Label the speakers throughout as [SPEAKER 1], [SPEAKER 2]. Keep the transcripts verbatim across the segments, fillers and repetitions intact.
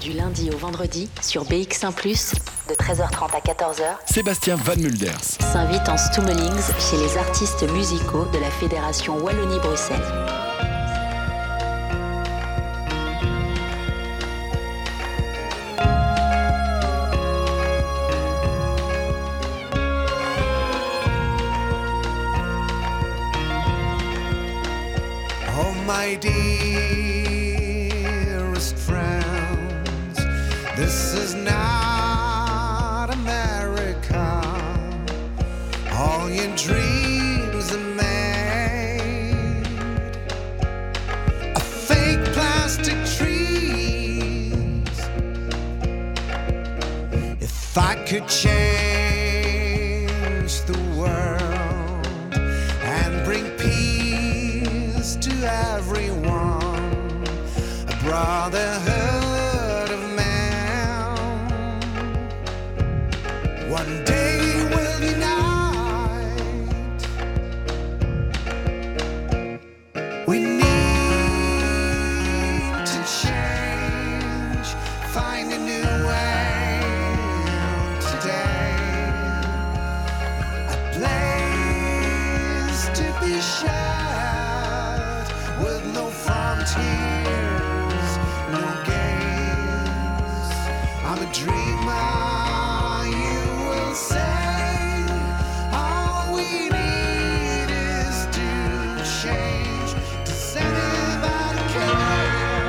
[SPEAKER 1] Du lundi au vendredi, sur B X un plus, de treize heures trente à quatorze heures,
[SPEAKER 2] Sébastien Van Mulders
[SPEAKER 1] s'invite en Stummelings chez les artistes musicaux de la Fédération Wallonie-Bruxelles.
[SPEAKER 3] Oh my dearest friends, this is not America. All your dreams are made of fake plastic trees. If I could change the world and bring peace to everyone, a brotherhood of man, one day we'll unite. We need to change, find a new way today, a place to be shared with no frontiers, no games. I'm a dreamer, you will say. All we need is to change. Does anybody care?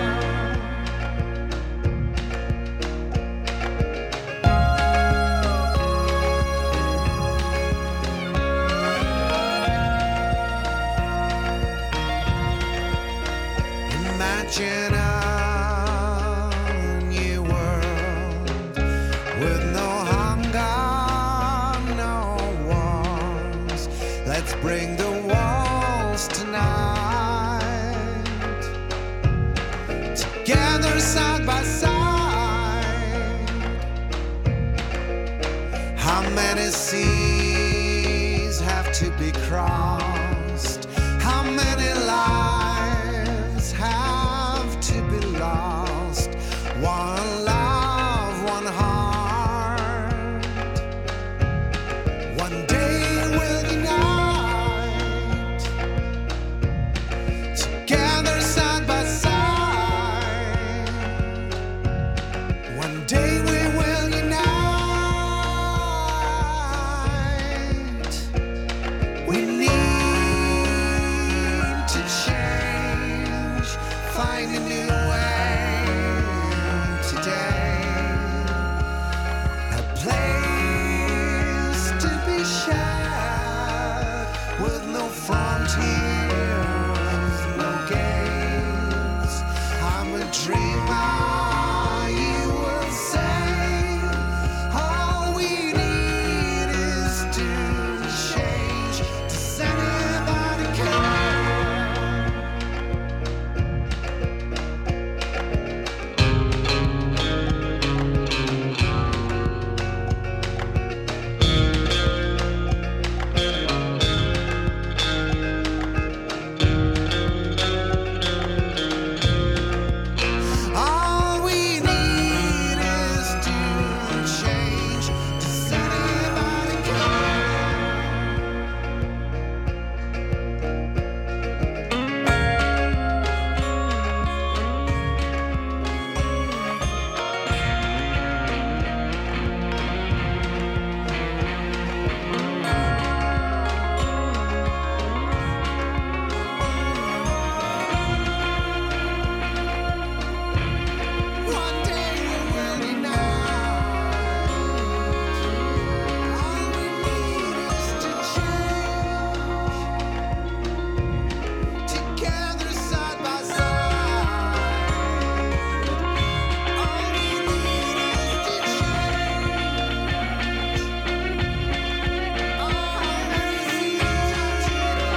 [SPEAKER 3] Imagine a new world with no hunger, no wars. Let's bring the walls tonight, together side by side. How many seas have to be crossed? How many lives have to be lost? One love, one heart. One day we'll unite, together side by side. One day we will unite. We need to change, find a new way today, a place to be shared with no frontiers, no gates. I'm a dreamer, you will say. All we need is to change. Does anybody care? All we need is to change. Does anybody care? One day we will unite. All we need is to change, together side by side. All we need is to change. All we need is to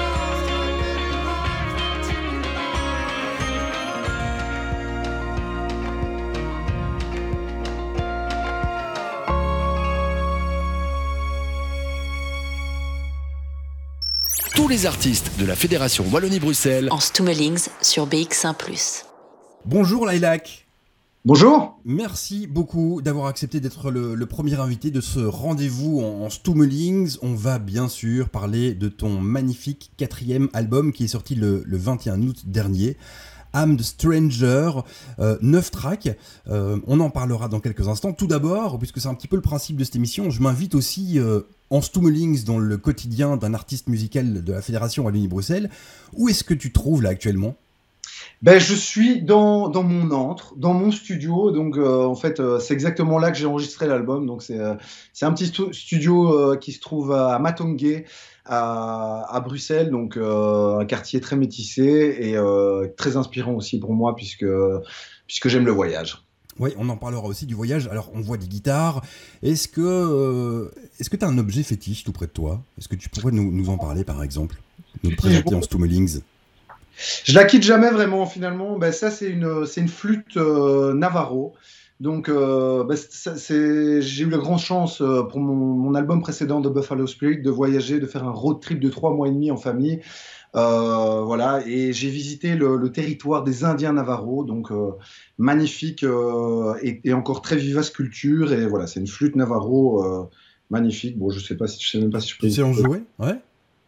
[SPEAKER 2] Tous les artistes de la Fédération Wallonie-Bruxelles
[SPEAKER 1] En Stummelings sur B X un plus.
[SPEAKER 4] Bonjour Lilac. Bonjour.
[SPEAKER 5] Merci beaucoup d'avoir accepté d'être le, le premier invité de ce rendez-vous en, en Stummelings. On va bien sûr parler de ton magnifique quatrième album qui est sorti le, le vingt et un août dernier. I'm the Stranger, euh, neuf tracks, euh, on en parlera dans quelques instants. Tout d'abord, puisque c'est un petit peu le principe de cette émission, je m'invite aussi euh, en Stummelings dans le quotidien d'un artiste musical de la Fédération Wallonie-Bruxelles. Où est-ce que tu te trouves là actuellement ?
[SPEAKER 4] Ben, je suis dans, dans mon antre, dans mon studio. Donc, euh, en fait, euh, c'est exactement là que j'ai enregistré l'album. Donc, c'est, euh, c'est un petit stu- studio euh, qui se trouve à Matongué, à, à Bruxelles. Donc, euh, un quartier très métissé et euh, très inspirant aussi pour moi, puisque, puisque j'aime le voyage.
[SPEAKER 5] Oui, on en parlera aussi du voyage. Alors, on voit des guitares. Est-ce que euh, est-ce que tu as un objet fétiche tout près de toi ? Est-ce que tu pourrais nous, nous en parler, par exemple ? Nous le présenter en Stummelings ?
[SPEAKER 4] Je la quitte jamais vraiment finalement. Ben, ça c'est une c'est une flûte euh, Navarro. Donc euh, ben, c'est, c'est, j'ai eu la grande chance euh, pour mon, mon album précédent de Buffalo Spirit de voyager, de faire un road trip de trois mois et demi en famille. Euh, voilà, et j'ai visité le, le territoire des Indiens Navarro, donc euh, magnifique euh, et, et encore très vivace culture. Et voilà, c'est une flûte Navarro euh, magnifique. Bon, je sais pas si je sais même pas si je peux.
[SPEAKER 5] Tu sais en jouer ? Ouais.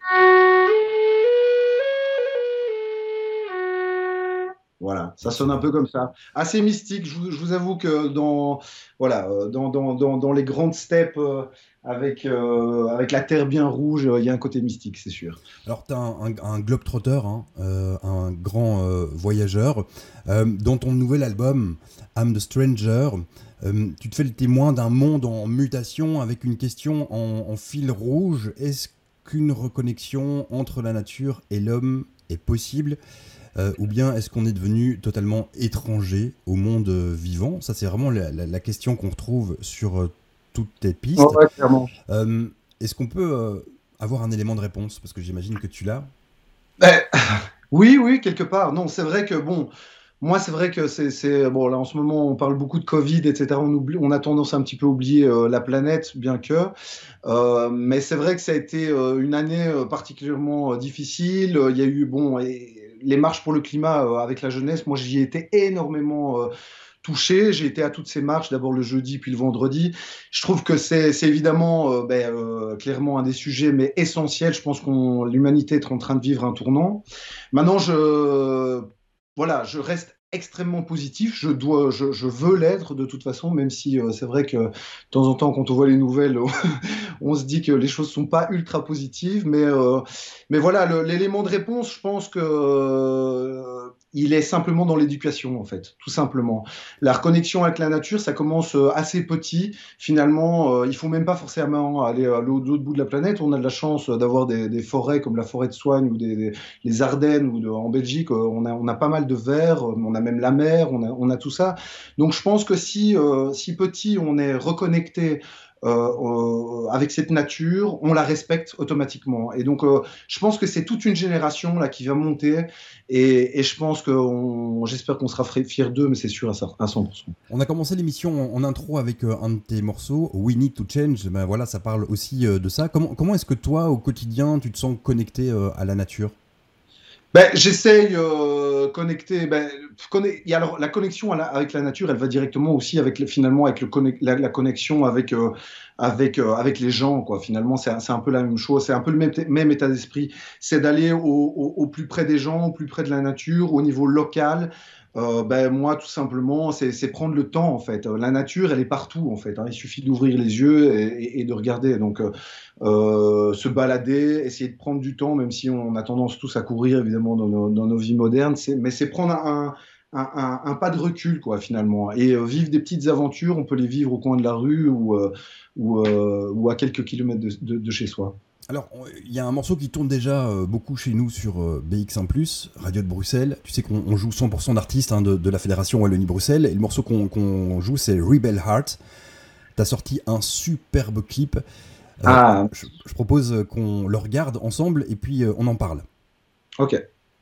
[SPEAKER 4] Voilà, ça sonne un peu comme ça. Assez mystique, je vous, je vous avoue que dans, voilà, euh, dans, dans, dans, dans les grandes steppes euh, avec, euh, avec la terre bien rouge, il euh, y a un côté mystique, c'est sûr.
[SPEAKER 5] Alors, tu as un, un, un globe-trotter, hein, euh, un grand euh, voyageur. Euh, dans ton nouvel album, I'm the Stranger, euh, tu te fais le témoin d'un monde en mutation avec une question en, en fil rouge. Est-ce qu'une reconnexion entre la nature et l'homme est possible ? Euh, ou bien est-ce qu'on est devenu totalement étranger au monde euh, vivant ? Ça, c'est vraiment la, la, la question qu'on retrouve sur euh, toutes tes pistes.
[SPEAKER 4] Oh, ouais, clairement.
[SPEAKER 5] Euh, est-ce qu'on peut euh, avoir un élément de réponse ? Parce que j'imagine que tu l'as.
[SPEAKER 4] Ben, oui, oui, quelque part. Non, c'est vrai que, bon, moi, c'est vrai que c'est, c'est... Bon, là, en ce moment, on parle beaucoup de Covid, et cetera. On, oublie, on a tendance à un petit peu oublier euh, la planète, bien que. Euh, mais c'est vrai que ça a été euh, une année euh, particulièrement euh, difficile. Il y a eu, bon... Et, les marches pour le climat euh, avec la jeunesse, moi j'y ai été énormément euh, touché. J'ai été à toutes ces marches, d'abord le jeudi puis le vendredi. Je trouve que c'est, c'est évidemment euh, ben, euh, clairement un des sujets, mais essentiel. Je pense qu'on l'humanité est en train de vivre un tournant. Maintenant, je voilà, je reste extrêmement positif. Je dois, je, je veux l'être de toute façon, même si euh, c'est vrai que de temps en temps, quand on voit les nouvelles, on se dit que les choses sont pas ultra positives. Mais euh, mais voilà, le, l'élément de réponse, je pense que euh, il est simplement dans l'éducation en fait, tout simplement. La reconnexion avec la nature, ça commence assez petit. Finalement, euh, il faut même pas forcément aller à l'autre bout de la planète. On a de la chance d'avoir des, des forêts comme la forêt de Soigne ou des, des les Ardennes ou de, en Belgique. On a on a pas mal de verts. On a même la mer. On a on a tout ça. Donc je pense que si euh, si petit on est reconnecté Euh, euh, avec cette nature, on la respecte automatiquement. Et donc, euh, je pense que c'est toute une génération là qui va monter. Et, et je pense que, on, j'espère qu'on sera fiers d'eux, mais c'est sûr à cent pour cent.
[SPEAKER 5] On a commencé l'émission en, en intro avec euh, un de tes morceaux, We Need to Change. Ben voilà, ça parle aussi euh, de ça. Comment, comment est-ce que toi, au quotidien, tu te sens connecté euh, à la nature ?
[SPEAKER 4] Ben, j'essaye euh, connecter. Ben, conne- il y a alors, la connexion à la- avec la nature, elle va directement aussi avec le, finalement avec le conne- la, la connexion avec euh, avec euh, avec les gens, quoi. Finalement, c'est un- c'est un peu la même chose. C'est un peu le même, même état d'esprit. C'est d'aller au, au, au plus près des gens, au plus près de la nature, au niveau local. Euh, ben moi, tout simplement, c'est c'est prendre le temps, en fait. La nature, elle est partout, en fait, hein. Il suffit d'ouvrir les yeux et, et, et de regarder. Donc, euh, euh, se balader, essayer de prendre du temps, même si on a tendance tous à courir, évidemment, dans nos, dans nos vies modernes. C'est, mais c'est prendre un, un, un, un pas de recul, quoi, finalement. Et euh, vivre des petites aventures, on peut les vivre au coin de la rue ou, euh, ou, euh, ou à quelques kilomètres de, de, de chez soi.
[SPEAKER 5] Alors, il y a un morceau qui tourne déjà euh, beaucoup chez nous sur euh, B X un plus, Radio de Bruxelles. Tu sais qu'on on joue cent pour cent d'artistes hein, de, de la Fédération Wallonie-Bruxelles. Et le morceau qu'on, qu'on joue, c'est Rebel Heart. Tu as sorti un superbe clip. Euh,
[SPEAKER 4] ah.
[SPEAKER 5] je, je propose qu'on le regarde ensemble et puis euh, on en parle.
[SPEAKER 4] Ok.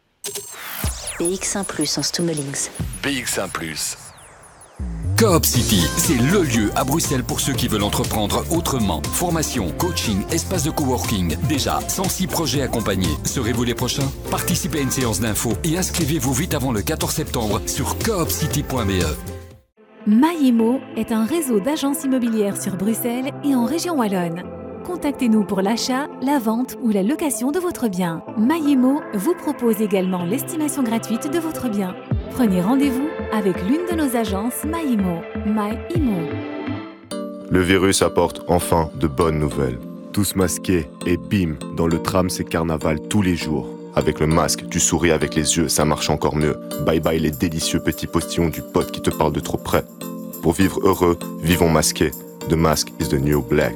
[SPEAKER 1] B X un plus en Stummelings.
[SPEAKER 2] B X un plus.
[SPEAKER 6] Coop City, c'est le lieu à Bruxelles pour ceux qui veulent entreprendre autrement. Formation, coaching, espace de coworking. Déjà, cent six projets accompagnés. Serez-vous les prochains ? Participez à une séance d'info et inscrivez-vous vite avant le quatorze septembre sur coop city point b e.
[SPEAKER 7] MyImmo est un réseau d'agences immobilières sur Bruxelles et en région wallonne. Contactez-nous pour l'achat, la vente ou la location de votre bien. MyImmo vous propose également l'estimation gratuite de votre bien. Prenez rendez-vous avec l'une de nos agences MyImmo. MyImmo.
[SPEAKER 8] Le virus apporte enfin de bonnes nouvelles. Tous masqués et bim, dans le tram c'est carnaval tous les jours. Avec le masque, tu souris avec les yeux, ça marche encore mieux. Bye bye les délicieux petits postillons du pote qui te parle de trop près. Pour vivre heureux, vivons masqués. The mask is the new black.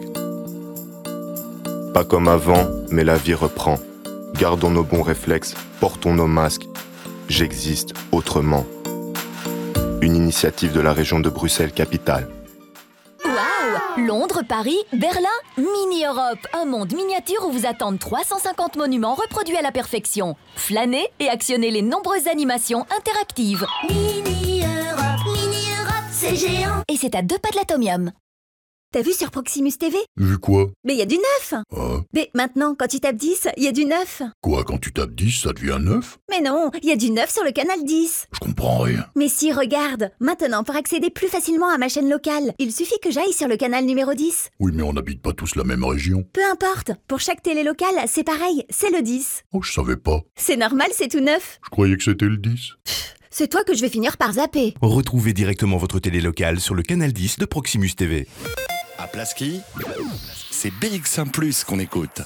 [SPEAKER 8] Pas comme avant, mais la vie reprend. Gardons nos bons réflexes, portons nos masques. J'existe autrement. Une initiative de la région de Bruxelles-Capitale.
[SPEAKER 9] Waouh! Londres, Paris, Berlin, Mini-Europe. Un monde miniature où vous attendent trois cent cinquante monuments reproduits à la perfection. Flânez et actionnez les nombreuses animations interactives.
[SPEAKER 10] Mini-Europe, Mini-Europe, c'est géant.
[SPEAKER 9] Et c'est à deux pas de l'Atomium.
[SPEAKER 10] T'as vu sur Proximus T V?
[SPEAKER 11] Vu quoi?
[SPEAKER 10] Mais il y a du neuf.
[SPEAKER 11] Ah.
[SPEAKER 10] Mais maintenant, quand tu tapes dix, il y a du neuf.
[SPEAKER 11] Quoi, quand tu tapes dix, ça devient neuf?
[SPEAKER 10] Mais non, il y a du neuf sur le canal dix.
[SPEAKER 11] Je comprends rien.
[SPEAKER 10] Mais si, regarde. Maintenant, pour accéder plus facilement à ma chaîne locale, il suffit que j'aille sur le canal numéro dix.
[SPEAKER 11] Oui, mais on n'habite pas tous la même région.
[SPEAKER 10] Peu importe. Pour chaque télé locale, c'est pareil, c'est le dix.
[SPEAKER 11] Oh, je savais pas.
[SPEAKER 10] C'est normal, c'est tout neuf.
[SPEAKER 11] Je croyais que c'était le dix.
[SPEAKER 10] Pff, c'est toi que je vais finir par zapper.
[SPEAKER 12] Retrouvez directement votre télé locale sur le canal dix de Proximus T V.
[SPEAKER 2] À Plaski, c'est B X un plus qu'on écoute.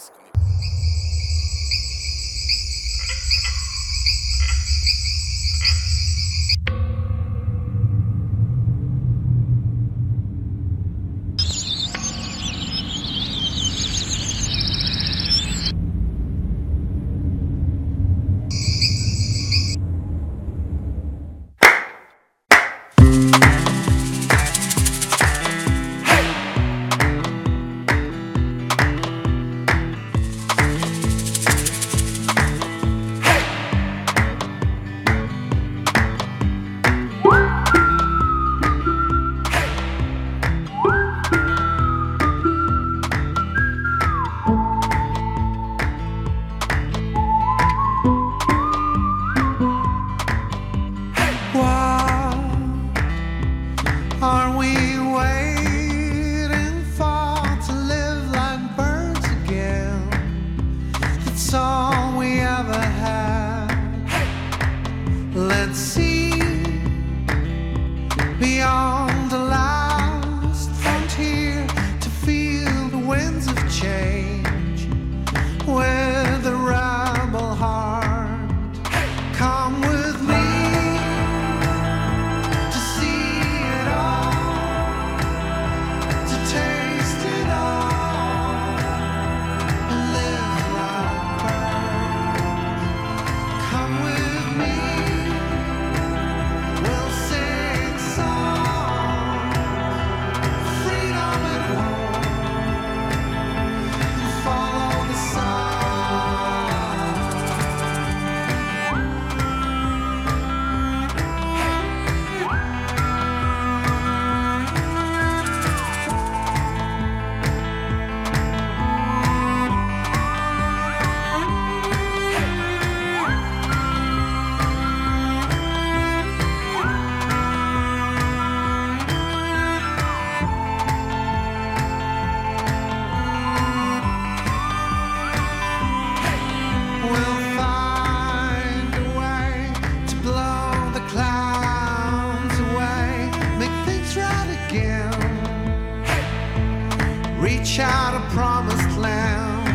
[SPEAKER 3] reach out a promised land.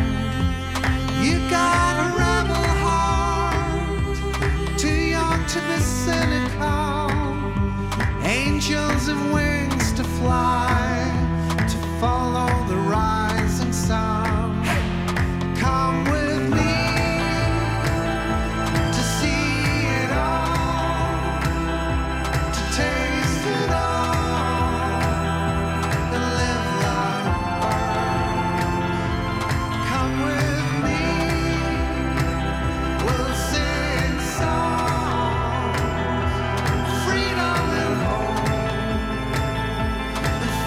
[SPEAKER 3] You got a rebel heart, too young to be cynical. Angels have wings to fly, to follow the rising sun. Come with me to see it all, to taste it all, and live like birds. Come with me, we'll sing songs, freedom and hope, and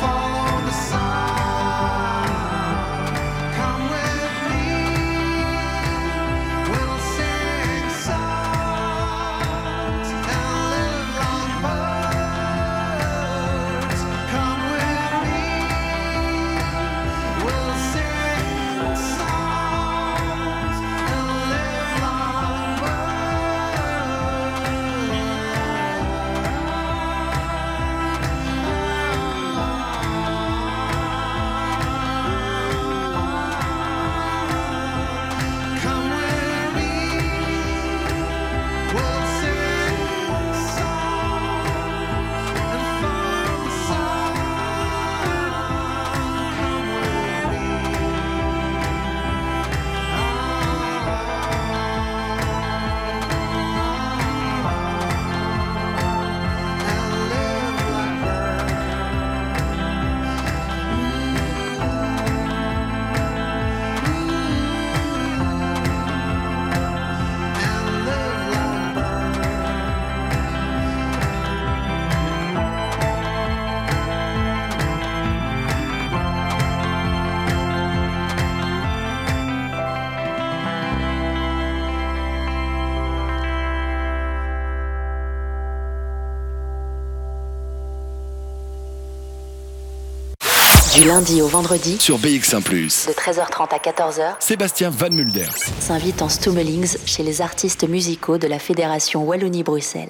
[SPEAKER 1] Du lundi au vendredi,
[SPEAKER 2] sur B X un plus.
[SPEAKER 1] de treize heures trente à quatorze heures,
[SPEAKER 2] Sébastien Van Mulders
[SPEAKER 1] s'invite en Stummelings chez les artistes musicaux de la Fédération Wallonie-Bruxelles.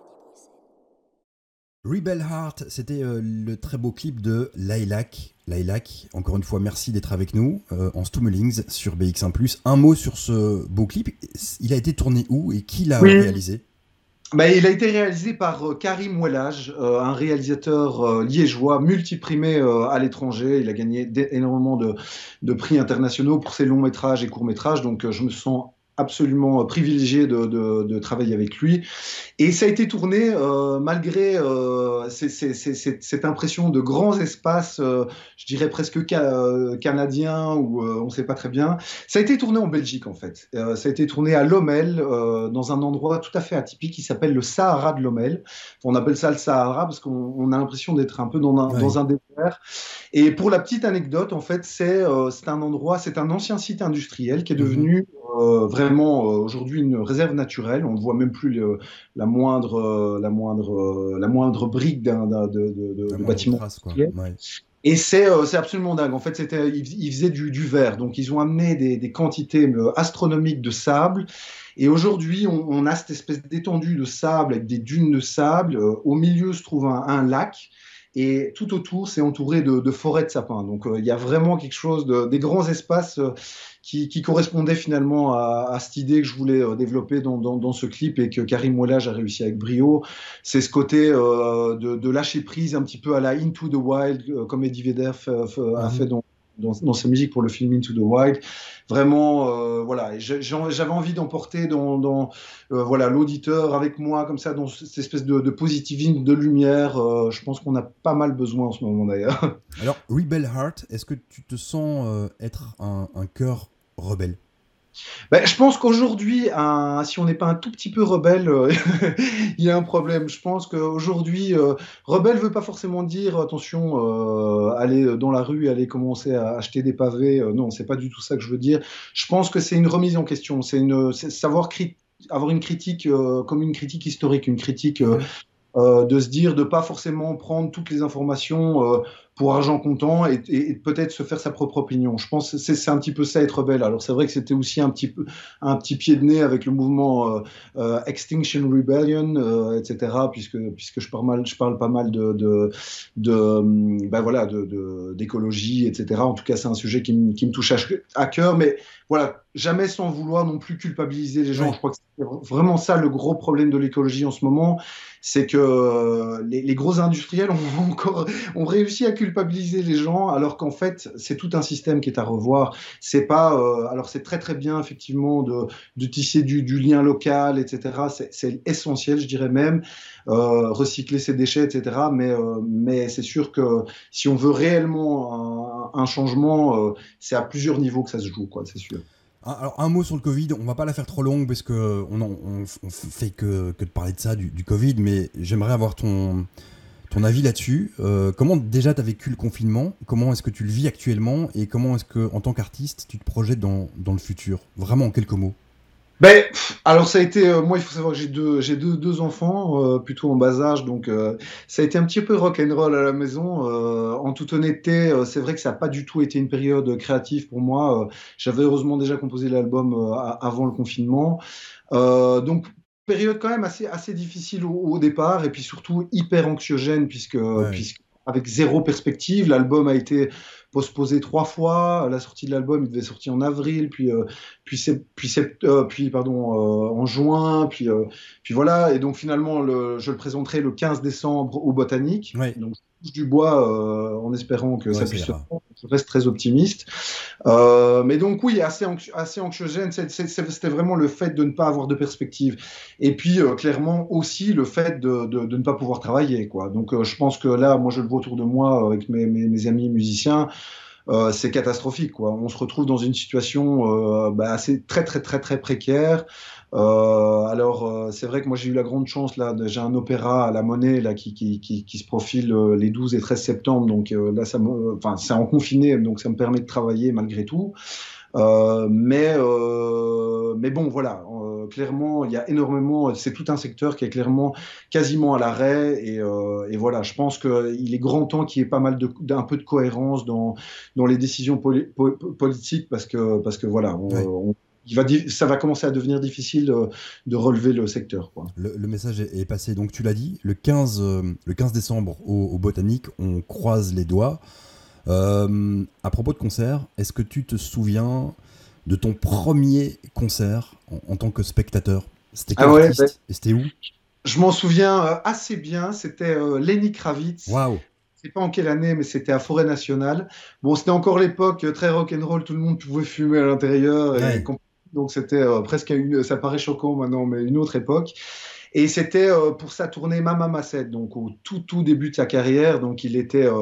[SPEAKER 5] Rebel Heart, c'était euh, le très beau clip de Lilac. Lilac, encore une fois, merci d'être avec nous euh, en Stummelings sur B X un plus. Un mot sur ce beau clip. Il a été tourné où et qui l'a
[SPEAKER 4] Oui.
[SPEAKER 5] réalisé ?
[SPEAKER 4] Bah, il a été réalisé par euh, Karim Ouelhaj, euh, un réalisateur euh, liégeois, multiprimé euh, à l'étranger. Il a gagné d- énormément de, de prix internationaux pour ses longs métrages et courts métrages. Donc, euh, je me sens absolument privilégié de, de, de travailler avec lui. Et ça a été tourné euh, malgré euh, c'est, c'est, c'est, c'est, cette impression de grands espaces, euh, je dirais presque ca- euh, canadiens, ou euh, on ne sait pas très bien. Ça a été tourné en Belgique, en fait. Euh, ça a été tourné à Lommel, euh, dans un endroit tout à fait atypique qui s'appelle le Sahara de Lommel. On appelle ça le Sahara parce qu'on on a l'impression d'être un peu dans un,
[SPEAKER 5] Ouais.
[SPEAKER 4] dans un désert. Et pour la petite anecdote, en fait, c'est, euh, c'est un endroit, c'est un ancien site industriel qui est devenu euh, vraiment euh, aujourd'hui une réserve naturelle. On ne voit même plus le, la moindre, euh, la moindre, euh, la moindre brique d'un, d'un, de, de, de, de
[SPEAKER 5] moindre
[SPEAKER 4] bâtiment
[SPEAKER 5] trace, quoi.
[SPEAKER 4] industriel.
[SPEAKER 5] Ouais.
[SPEAKER 4] Et c'est, euh, c'est absolument dingue. En fait, c'était, ils, ils faisaient du, du verre. Donc, ils ont amené des, des quantités euh, astronomiques de sable. Et aujourd'hui, on, on a cette espèce d'étendue de sable avec des dunes de sable. Euh, au milieu se trouve un, un lac. Et tout autour, c'est entouré de, de forêts de sapins. Donc, euh, il y a vraiment quelque chose de, des grands espaces euh, qui, qui correspondaient finalement à, à cette idée que je voulais euh, développer dans, dans, dans ce clip et que Karim Ouelhaj a réussi avec brio. C'est ce côté euh, de, de lâcher prise un petit peu à la Into the Wild, euh, comme Eddie Vedder fait, fait, a
[SPEAKER 5] Mhm.
[SPEAKER 4] fait dans, dans, dans sa musique pour le film Into the Wild. Vraiment, euh, voilà. Et j'ai- j'en- j'avais envie d'emporter dans, dans euh, voilà, l'auditeur avec moi, comme ça, dans cette espèce de, de positivisme, de lumière. Euh, je pense qu'on a pas mal besoin en ce moment d'ailleurs.
[SPEAKER 5] Alors, Rebel Heart, est-ce que tu te sens euh, être un, un cœur rebelle ?
[SPEAKER 4] Ben, je pense qu'aujourd'hui, un- si on n'est pas un tout petit peu rebelle, euh, il y a un problème. Je pense qu'aujourd'hui, euh, rebelle veut pas forcément dire attention, euh, aller dans la rue, aller commencer à acheter des pavés. Euh, non, c'est pas du tout ça que je veux dire. Je pense que c'est une remise en question. C'est une, c'est savoir cri- avoir une critique euh, comme une critique historique, une critique euh, euh, de se dire de pas forcément prendre toutes les informations euh, pour argent comptant et, et, et peut-être se faire sa propre opinion. Je pense que c'est, c'est un petit peu ça être rebelle. Alors c'est vrai que c'était aussi un petit peu un petit pied de nez avec le mouvement euh, euh, Extinction Rebellion, euh, et cetera. Puisque puisque je parle mal, je parle pas mal de de, de ben voilà de, de d'écologie, et cetera. En tout cas, c'est un sujet qui me qui me touche à, à cœur, mais voilà, jamais sans vouloir non plus culpabiliser les gens.
[SPEAKER 5] Oui.
[SPEAKER 4] Je crois que c'est vraiment ça le gros problème de l'écologie en ce moment, c'est que euh, les, les gros industriels ont encore ont réussi à culpabiliser les gens, alors qu'en fait c'est tout un système qui est à revoir. C'est pas euh, alors c'est très très bien effectivement de, de tisser du, du lien local, et cetera. C'est, c'est essentiel, je dirais même euh, recycler ses déchets, et cetera. Mais euh, mais c'est sûr que si on veut réellement un, un changement, euh, c'est à plusieurs niveaux que ça se joue, quoi. C'est sûr.
[SPEAKER 5] Ah, alors, un mot sur le Covid, on va pas la faire trop longue parce que on, en- on, on fait que, que de parler de ça, du, du Covid, mais j'aimerais avoir ton, ton avis là-dessus. Euh, comment déjà tu as vécu le confinement ? Comment est-ce que tu le vis actuellement ? Et comment est-ce que, en tant qu'artiste, tu te projettes dans, dans le futur ? Vraiment en quelques mots.
[SPEAKER 4] Ben, pff, alors ça a été, euh, moi il faut savoir que j'ai deux, j'ai deux, deux enfants, euh, plutôt en bas âge, donc euh, ça a été un petit peu rock'n'roll à la maison. Euh, en toute honnêteté, euh, c'est vrai que ça n'a pas du tout été une période créative pour moi. Euh, j'avais heureusement déjà composé l'album euh, a- avant le confinement. Euh, donc période quand même assez, assez difficile au, au départ, et puis surtout hyper anxiogène, puisque,
[SPEAKER 5] Ouais.
[SPEAKER 4] puisque avec zéro perspective, l'album a été postposé trois fois. La sortie de l'album, il devait sortir en avril, puis euh, puis c'est puis c'est euh, puis pardon euh, en juin, puis euh, puis voilà. Et donc finalement, le, je le présenterai le quinze décembre au Botanique.
[SPEAKER 5] Ouais.
[SPEAKER 4] Donc je touche du bois euh, en espérant que
[SPEAKER 5] Ouais,
[SPEAKER 4] ça
[SPEAKER 5] ça
[SPEAKER 4] puisse se
[SPEAKER 5] ira.
[SPEAKER 4] faire. Je reste très optimiste. Euh, mais donc oui, assez anxi- assez anxiogène. C'est- c'est- c'est- C'était vraiment le fait de ne pas avoir de perspective. Et puis euh, clairement aussi le fait de, de, de ne pas pouvoir travailler, quoi. Donc euh, je pense que là, moi je le vois autour de moi euh, avec mes, mes, mes amis musiciens. Euh, c'est catastrophique, quoi. On se retrouve dans une situation euh, bah, assez très très très très précaire. Euh, alors euh, c'est vrai que moi j'ai eu la grande chance là, de- j'ai un opéra à la Monnaie là qui qui qui, qui se profile euh, les douze et treize septembre. Donc euh, là ça me, enfin c'est en confiné, donc ça me permet de travailler malgré tout. Euh, mais euh, mais bon voilà. Euh, clairement, il y a énormément, c'est tout un secteur qui est clairement quasiment à l'arrêt. Et, euh, et voilà, je pense qu'il est grand temps qu'il y ait pas mal de, d'un peu de cohérence dans, dans les décisions poli- po- politiques parce que, parce que voilà, on,
[SPEAKER 5] Ouais.
[SPEAKER 4] on- il va, di- ça va commencer à devenir difficile de, de relever le secteur, quoi.
[SPEAKER 5] Le, le message est, est passé, donc tu l'as dit, le quinze, euh, le quinze décembre au, au Botanique, on croise les doigts. Euh, à propos de concert, est-ce que tu te souviens de ton premier concert en, en tant que spectateur? C'était quel
[SPEAKER 4] Ah ouais,
[SPEAKER 5] artiste
[SPEAKER 4] ouais.
[SPEAKER 5] et c'était où?
[SPEAKER 4] Je m'en souviens euh, assez bien, c'était euh, Lenny Kravitz.
[SPEAKER 5] Waouh!
[SPEAKER 4] Je sais pas en quelle année, mais c'était à Forêt Nationale. Bon, c'était encore l'époque euh, très rock'n'roll, tout le monde pouvait fumer à l'intérieur. Et
[SPEAKER 5] Ouais.
[SPEAKER 4] comp- donc c'était euh, presque une, ça paraît choquant maintenant, mais une autre époque. Et c'était euh, pour sa tournée Mama Massette, donc au tout tout début de sa carrière. Donc il était euh,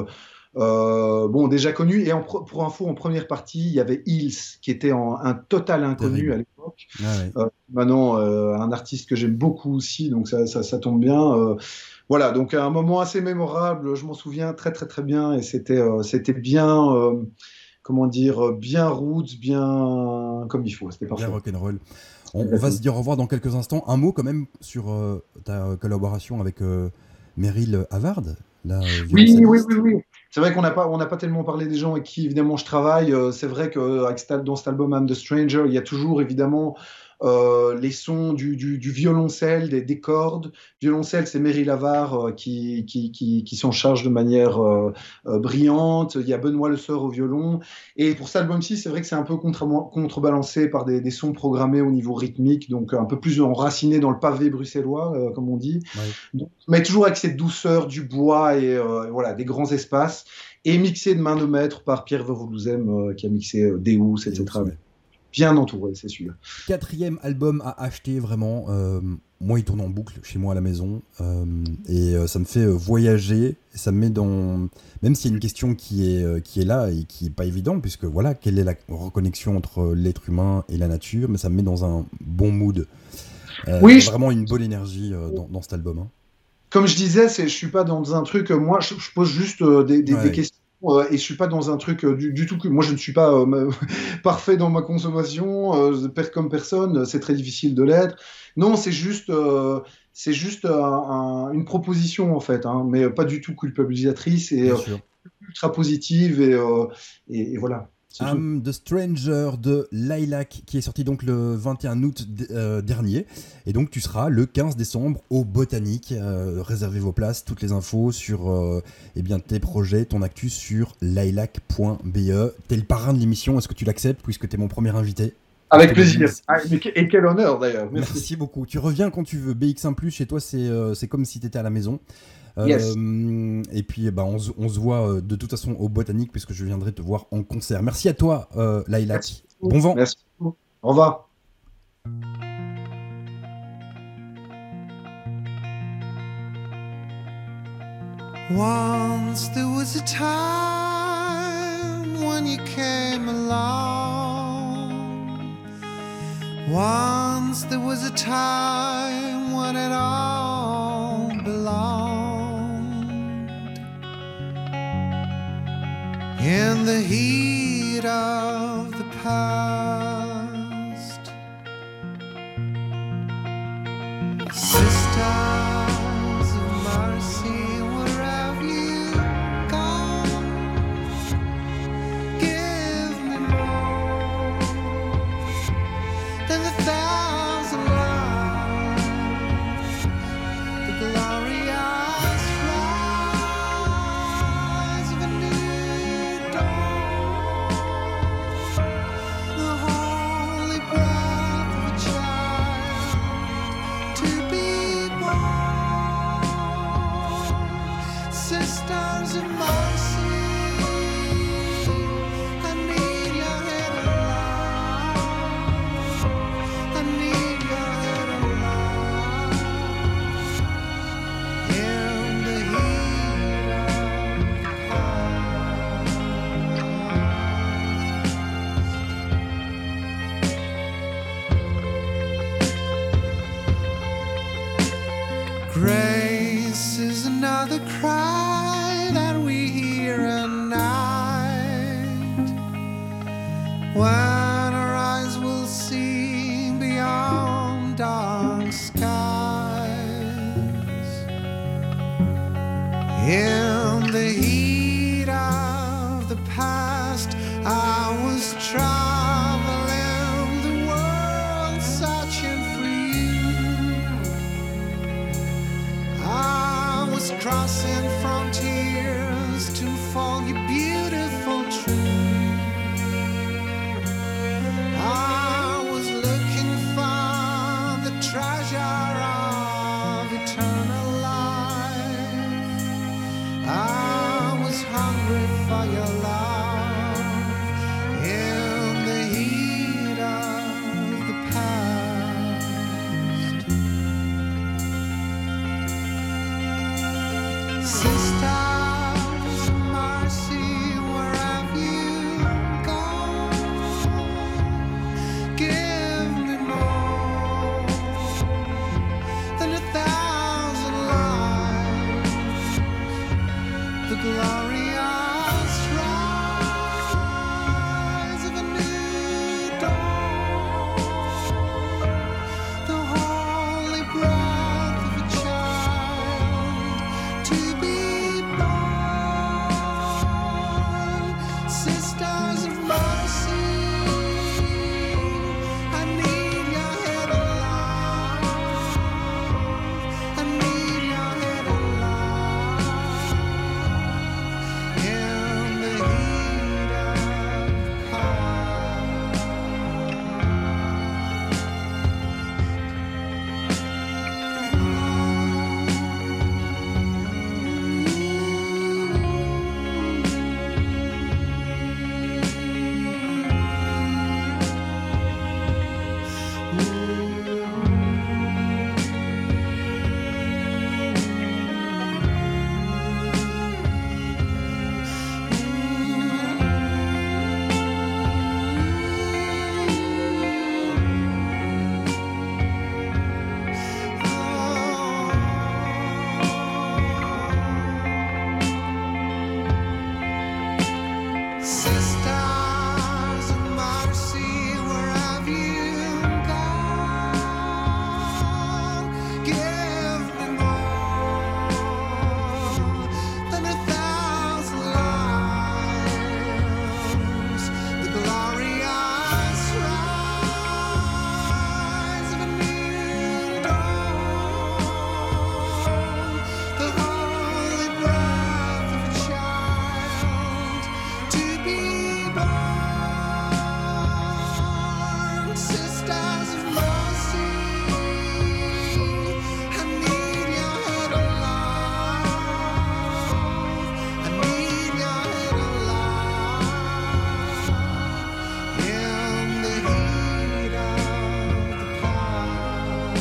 [SPEAKER 4] euh, bon déjà connu. Et en pro- pour info, en première partie, il y avait Hills, qui était en, un total inconnu
[SPEAKER 5] Terrible.
[SPEAKER 4] à l'époque.
[SPEAKER 5] Ah ouais.
[SPEAKER 4] Euh, maintenant, euh, un artiste que j'aime beaucoup aussi, donc ça, ça, ça tombe bien. Euh, voilà, donc un moment assez mémorable, je m'en souviens très très très bien, et c'était euh, c'était bien, euh, comment dire, bien roots, bien comme il faut, c'était parfait.
[SPEAKER 5] Bien rock'n'roll. On, on va se dire au revoir dans quelques instants. Un mot quand même sur euh, ta collaboration avec euh, Meryl Havard, la
[SPEAKER 4] Oui,
[SPEAKER 5] violoncelliste.
[SPEAKER 4] oui, oui, oui. C'est vrai qu'on n'a pas, on n'a pas tellement parlé des gens avec qui évidemment je travaille. Euh, c'est vrai que avec cet al- dans cet album I'm the Stranger, il y a toujours évidemment euh, les sons du, du, du violoncelle, des, des cordes. Violoncelle, c'est Meryl Havard euh, qui, qui, qui, qui s'en charge de manière euh, euh, brillante. Il y a Benoît Le Seur au violon. Et pour cet album-ci, c'est vrai que c'est un peu contre, contrebalancé par des, des sons programmés au niveau rythmique, donc un peu plus enraciné dans le pavé bruxellois, euh, comme on dit.
[SPEAKER 5] Ouais.
[SPEAKER 4] Donc, mais toujours avec cette douceur du bois et euh, voilà, des grands espaces, et mixé de main de maître par Pierre Vervoulzem, euh, qui a mixé euh, Deus, et cetera.
[SPEAKER 5] Ouais.
[SPEAKER 4] Bien entouré, c'est sûr.
[SPEAKER 5] Quatrième album à acheter vraiment. Euh, moi, il tourne en boucle chez moi à la maison euh, et euh, ça me fait euh, voyager. Et ça me met dans. Même s'il y a une question qui est euh, qui est là et qui est pas évidente, puisque voilà, quelle est la reconnexion entre l'être humain et la nature, mais ça me met dans un bon mood. Euh,
[SPEAKER 4] Oui,
[SPEAKER 5] il y a
[SPEAKER 4] je-
[SPEAKER 5] vraiment une bonne énergie euh, dans, dans cet album. Hein.
[SPEAKER 4] Comme je disais, c'est, je suis pas dans un truc. euh, Moi, je, je pose juste euh, des, des,
[SPEAKER 5] Ouais.
[SPEAKER 4] des questions. euh, et je suis pas dans un truc euh, du, du tout que moi je ne suis pas euh, ma- parfait dans ma consommation euh, per- comme personne, c'est très difficile de l'être. Non, c'est juste euh, c'est juste un- un- une proposition en fait, hein, mais pas du tout culpabilisatrice et
[SPEAKER 5] Bien
[SPEAKER 4] euh,
[SPEAKER 5] sûr.
[SPEAKER 4] ultra positive et, euh, et, et voilà. C'est tout.
[SPEAKER 5] I'm the Stranger de Lilac qui est sorti donc le vingt et un août d- euh, dernier et donc tu seras le quinze décembre au Botanique. Euh, réservez vos places, toutes les infos sur euh, eh bien, tes projets, ton actu sur lilac point b e. T'es le parrain de l'émission, est-ce que tu l'acceptes puisque t'es mon premier invité?
[SPEAKER 4] Avec
[SPEAKER 5] Je te
[SPEAKER 4] plaisir.
[SPEAKER 5] le dis.
[SPEAKER 4] Ah, mais que- et quel honneur d'ailleurs. Merci.
[SPEAKER 5] Merci beaucoup. Tu reviens quand tu veux. B X un plus, chez toi, c'est euh, c'est comme si tu étais à la maison. Euh,
[SPEAKER 4] Yes.
[SPEAKER 5] Et puis, eh ben, on, se- on se voit euh, de toute façon au Botanique, puisque je viendrai te voir en concert. Merci à toi, euh, Lilac.
[SPEAKER 4] Merci beaucoup.
[SPEAKER 5] Bon vent.
[SPEAKER 4] Merci beaucoup. Au revoir.
[SPEAKER 3] Once there was a time when you came along. Once there was a time when it all belonged. In the heat of the past, sisters of mercy, where have you gone? Give me more than a thousand lives, the glorious rise of a new dawn, the holy breath of a child to be born. Sisters of mercy, I need your head alive. I need your head alive. In the heat of the past. Grace is another cry that we hear at night, when our eyes will see beyond In the heat of the past, I was traveling the world searching for you. I was crossing frontiers to find your beautiful truth. I was looking for the treasure of eternal life. I was hungry for your love in the heat of the past. Sisters of mercy, where have you gone? Give me more than a thousand lives. The glorious rise of a new dawn, the holy breath of a child to be born. Sisters of mercy, I need your head alive. I need your head alive in the heat of past. Sisters of mercy, where have you gone? Give me more than a thousand lives. The glorious rise of a new dawn, the holy breath of a child to be born. Sisters of mercy, I need your head alive. I need your head alive in the heat of the past.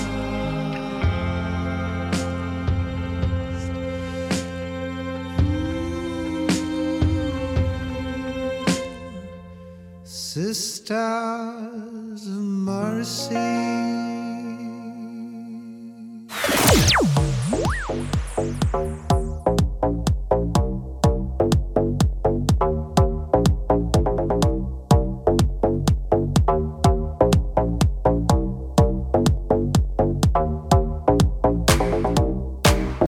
[SPEAKER 3] Sisters of mercy,